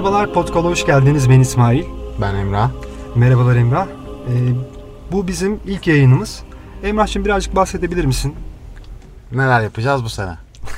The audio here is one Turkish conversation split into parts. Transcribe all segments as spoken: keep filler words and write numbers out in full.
Merhabalar, Podcast'a hoş geldiniz. Ben İsmail. Ben Emrah. Merhabalar Emrah. Ee, bu bizim ilk yayınımız. Emrah'cığım birazcık bahsedebilir misin? Neler yapacağız bu sene?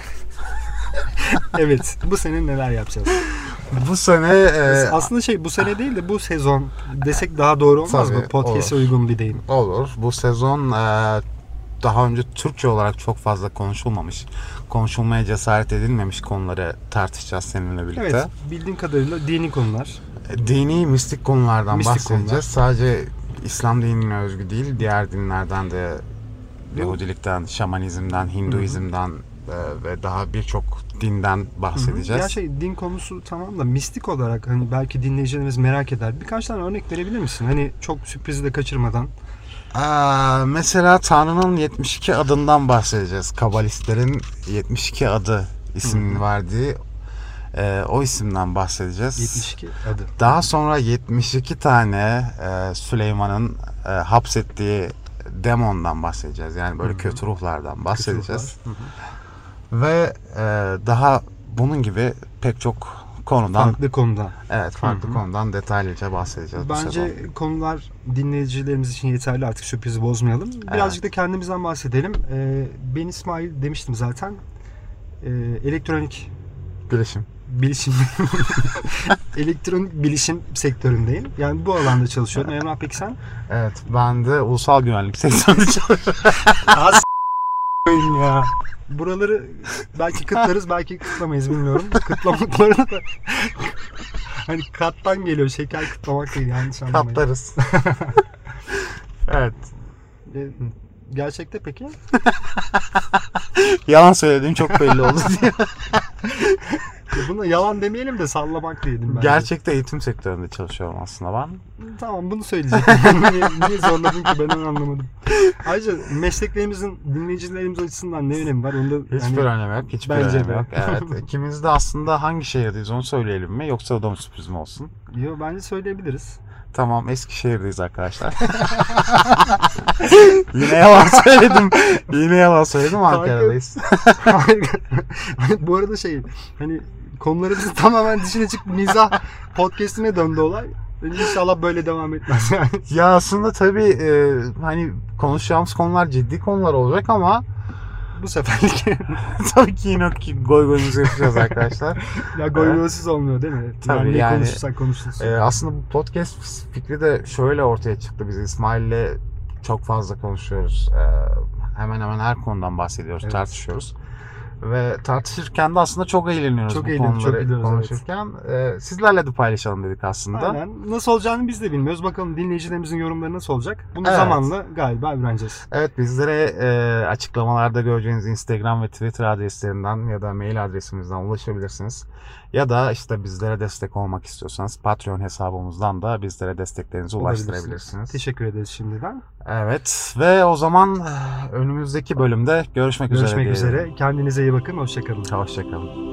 Evet, bu sene neler yapacağız? Bu sene... E, Aslında şey bu sene değil de bu sezon desek daha doğru olmaz tabii, mı? Podcast'e uygun bir deyim. Olur. Bu sezon e, daha önce Türkçe olarak çok fazla konuşulmamış, konuşulmaya cesaret edilmemiş konuları tartışacağız seninle birlikte. Evet, bildiğin kadarıyla dini konular. Dini, mistik konulardan mistik bahsedeceğiz. Konular. Sadece İslam dinine özgü değil, diğer dinlerden de Yahudilikten, Şamanizmden, Hinduizmden e, ve daha birçok dinden bahsedeceğiz. Hı hı. Ya şey din konusu tamam da mistik olarak hani belki dinleyicilerimiz merak eder. Birkaç tane örnek verebilir misin? Hani çok sürprizi de kaçırmadan. Aa, mesela Tanrı'nın yetmiş iki adından bahsedeceğiz. Kabalistlerin yetmiş iki adı ismini verdiği e, o isimden bahsedeceğiz. yetmiş iki adı. Daha sonra yetmiş iki tane e, Süleyman'ın e, hapsettiği demondan bahsedeceğiz. Yani böyle Hı-hı. kötü ruhlardan bahsedeceğiz. Kötü ruhlar. Ve e, daha bunun gibi pek çok konudan farklı konudan. Evet, farklı Hı-hı. konudan detaylıca bahsedeceğiz. Bence konular dinleyicilerimiz için yeterli, artık sürprizi bozmayalım. Birazcık evet. da kendimizden bahsedelim. Ee, ben İsmail demiştim zaten. Ee, elektronik bilişim. Bilişim. Elektronik bilişim sektöründeyim. Yani bu alanda çalışıyorum. Emrah peki sen? Evet, ben de ulusal güvenlik sektöründe çalışıyorum. Az ya. Buraları belki kıtlarız, belki kıtlamayız bilmiyorum. Kıtlamaklarını da hani kattan geliyor. Şeker kıtlamak değil yani. Katlarız. Evet. Gerçekte peki? Yalan söylediğim çok belli oldu diye. Buna yalan demeyelim de sallamak diyelim bence. Gerçekte eğitim sektöründe çalışıyorum aslında ben. Tamam, bunu söyleyecektim. niye, niye zorladın ki, ben onu anlamadım. Ayrıca mesleklerimizin dinleyicilerimiz açısından ne önemi var? Onu da, hiçbir yani, önemi yok. Hiçbir önemi yok. Evet. İkimiz de aslında hangi şehirdeyiz onu söyleyelim mi? Yoksa o da mı sürpriz mi olsun? Yok, bence söyleyebiliriz. Tamam, Eskişehir'deyiz arkadaşlar. Yine yalan söyledim. Yine yalan söyledim, Ankara'dayız. Bu arada şey, hani konularımızın tamamen dışına çık mizah podcast'ine döndü olay. İnşallah böyle devam etmez yani. Ya aslında tabii e, hani konuşacağımız konular ciddi konular olacak ama bu seferlik tabii ki yine goy goyumuzu yapacağız arkadaşlar. Ya goy goysuz olmuyor değil mi? Tabii yani, yani konuşursak konuşuruz. E, aslında bu podcast fikri de şöyle ortaya çıktı. Biz İsmail'le çok fazla konuşuyoruz. E, hemen hemen her konudan bahsediyoruz, evet. tartışıyoruz. Ve tartışırken de aslında çok eğleniyoruz çok bu eğlen, konuları çok konuşurken. Evet. E, sizlerle de paylaşalım dedik aslında. Aynen. Nasıl olacağını biz de bilmiyoruz. Bakalım dinleyicilerimizin yorumları nasıl olacak? Bunu evet. zamanla galiba öğreneceğiz. Evet, bizlere e, açıklamalarda göreceğiniz Instagram ve Twitter adreslerinden ya da mail adresimizden ulaşabilirsiniz. Ya da işte bizlere destek olmak istiyorsanız Patreon hesabımızdan da bizlere desteklerinizi ulaştırabilirsiniz. Teşekkür ederiz şimdiden. Evet, ve o zaman önümüzdeki bölümde görüşmek, görüşmek üzere. Görüşmek üzere. Kendinize iyi bakın. Hoşça kalın. Hoşça kalın.